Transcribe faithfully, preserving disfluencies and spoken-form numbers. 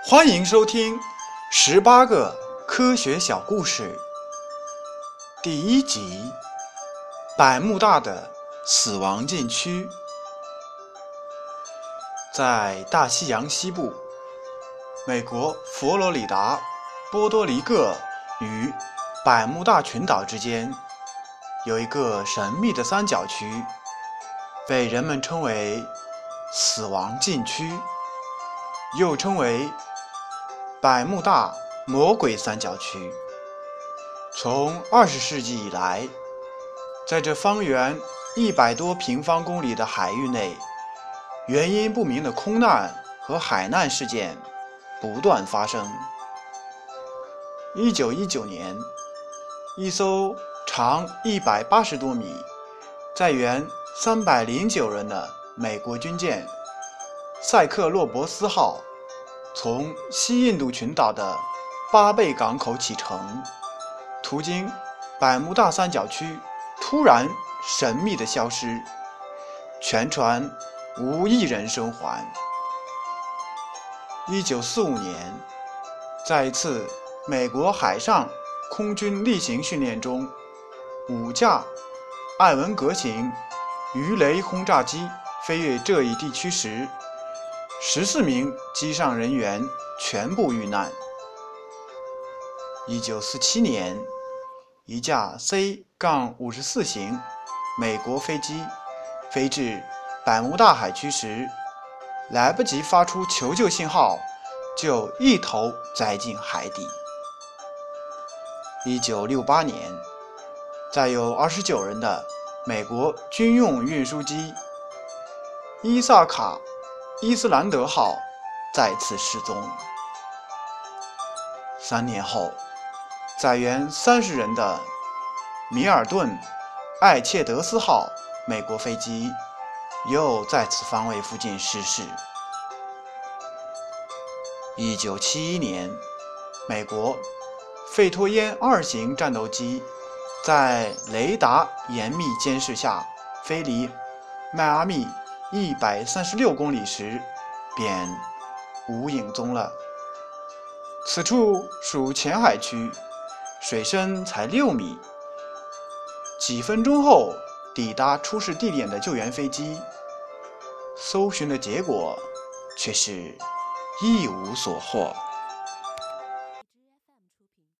欢迎收听十八个科学小故事第一集：百慕大的死亡禁区。在大西洋西部，美国佛罗里达、波多黎各与百慕大群岛之间有一个神秘的三角区，被人们称为死亡禁区，又称为百慕大魔鬼三角区。从二十世纪以来，在这方圆一百多平方公里的海域内，原因不明的空难和海难事件不断发生。一九一九年，一艘长一百八十多米、载员三百零九人的美国军舰塞克洛博斯号从西印度群岛的巴贝港口启程，途经百慕大三角区，突然神秘地消失，全船无一人生还。一九四五年，在一次美国海上空军例行训练中，五架艾文格型鱼雷轰炸机飞越这一地区时，十四名机上人员全部遇难。一九四七年，一架 C 五十四 型美国飞机飞至百慕大海区时，来不及发出求救信号，就一头栽进海底。一九六八年，载有二十九人的美国军用运输机伊萨卡伊斯兰德号再次失踪。三年后，载员三十人的米尔顿艾切德斯号美国飞机又在此方位附近失事。一九七一年，美国费托耶二型战斗机在雷达严密监视下飞离迈阿密一百三十六公里时便无影踪了。此处属浅海区，水深才六米。几分钟后抵达出事地点的救援飞机，搜寻的结果却是一无所获。